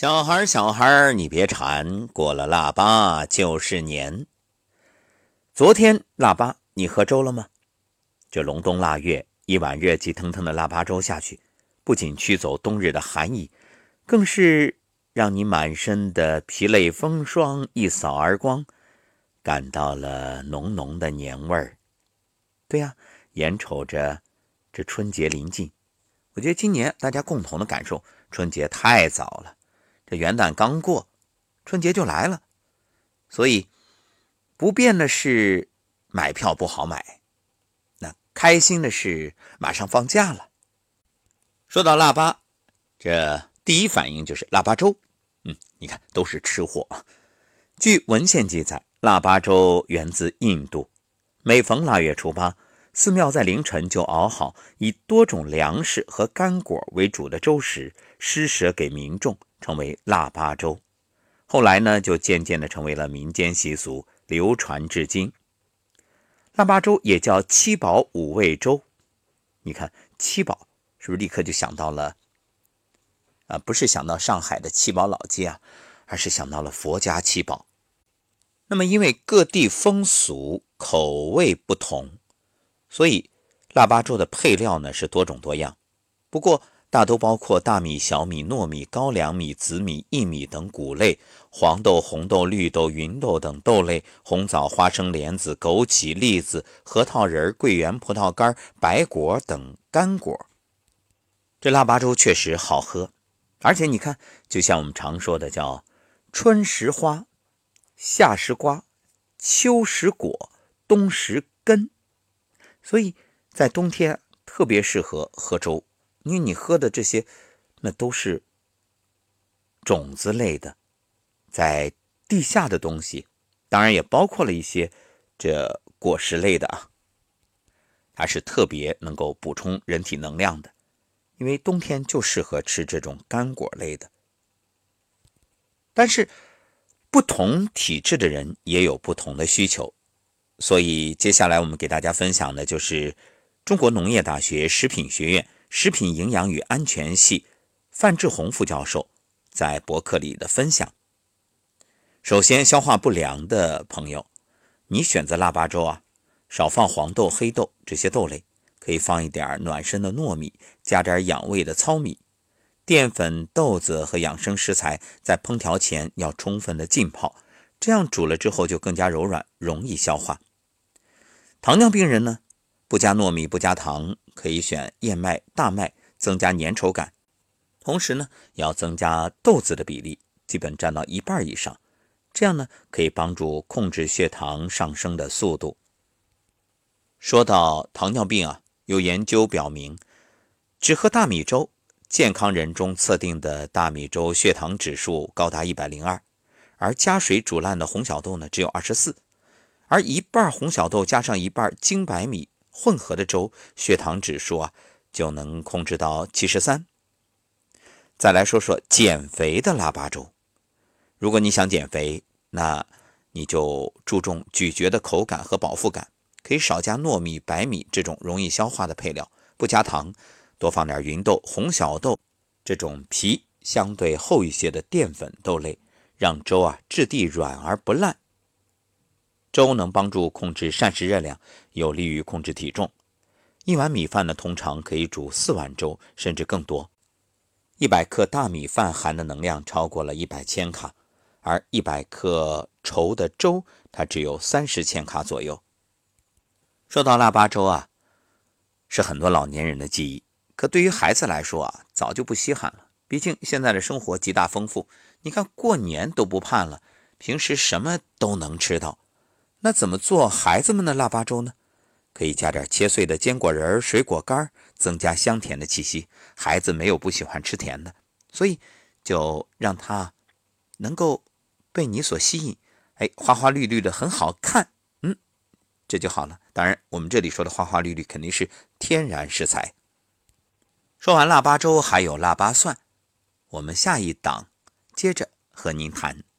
小孩你别馋，过了腊八就是年。昨天腊八你喝粥了吗？这隆冬腊月，一碗热气腾腾的腊八粥下去，不仅驱走冬日的寒意，更是让你满身的疲累风霜一扫而光，感到了浓浓的年味儿。对呀，眼瞅着这春节临近，我觉得今年大家共同的感受，春节太早了，这元旦刚过，春节就来了。所以不变的是买票不好买，那开心的是马上放假了。说到腊八，这第一反应就是腊八粥。你看都是吃货。据文献记载，腊八粥源自印度。每逢腊月初八，寺庙在凌晨就熬好以多种粮食和干果为主的粥食，施舍给民众，成为腊八粥。后来呢，就渐渐地成为了民间习俗，流传至今。腊八粥也叫七宝五味粥。你看七宝是不是立刻就想到了不是想到上海的七宝老街啊，而是想到了佛家七宝。那么因为各地风俗口味不同，所以腊八粥的配料呢是多种多样，不过大都包括大米、小米、糯米、高粱米、紫米、薏米等谷类，黄豆、红豆、绿豆、芸豆等豆类，红枣、花生、莲子、枸杞、栗子、核桃仁、桂圆、葡萄干、白果等干果。这腊八粥确实好喝，而且你看，就像我们常说的叫春食花，夏食瓜，秋食果，冬食根。所以在冬天特别适合喝粥，因为你喝的这些那都是种子类的，在地下的东西，当然也包括了一些这果实类的啊，它是特别能够补充人体能量的，因为冬天就适合吃这种干果类的。但是不同体质的人也有不同的需求，所以接下来我们给大家分享的就是中国农业大学食品学院食品营养与安全系范志红副教授在博客里的分享。首先，消化不良的朋友，你选择腊八粥啊，少放黄豆、黑豆这些豆类，可以放一点暖身的糯米，加点养胃的糙米。淀粉、豆子和养生食材在烹调前要充分的浸泡，这样煮了之后就更加柔软，容易消化。糖尿病人呢，不加糯米，不加糖，可以选燕麦、大麦，增加粘稠感。同时呢，要增加豆子的比例，基本占到一半以上，这样呢，可以帮助控制血糖上升的速度。说到糖尿病啊，有研究表明，只喝大米粥，健康人中测定的大米粥血糖指数高达102，而加水煮烂的红小豆呢只有24，而一半红小豆加上一半精白米混合的粥，血糖指数啊就能控制到73。再来说说减肥的腊八粥，如果你想减肥，那你就注重咀嚼的口感和饱腹感，可以少加糯米、白米这种容易消化的配料，不加糖，多放点芸豆、红小豆这种皮相对厚一些的淀粉豆类，让粥啊质地软而不烂。粥能帮助控制膳食热量，有利于控制体重。一碗米饭呢，通常可以煮4碗粥，甚至更多。100克大米饭含的能量超过了100千卡，而100克稠的粥，它只有30千卡左右。说到腊八粥啊，是很多老年人的记忆，可对于孩子来说啊，早就不稀罕了。毕竟现在的生活极大丰富，你看过年都不盼了，平时什么都能吃到。那怎么做孩子们的腊八粥呢？可以加点切碎的坚果仁、水果干，增加香甜的气息。孩子没有不喜欢吃甜的，所以就让他能够被你所吸引，花花绿绿的很好看，这就好了。当然我们这里说的花花绿绿肯定是天然食材。说完腊八粥，还有腊八蒜，我们下一档接着和您谈。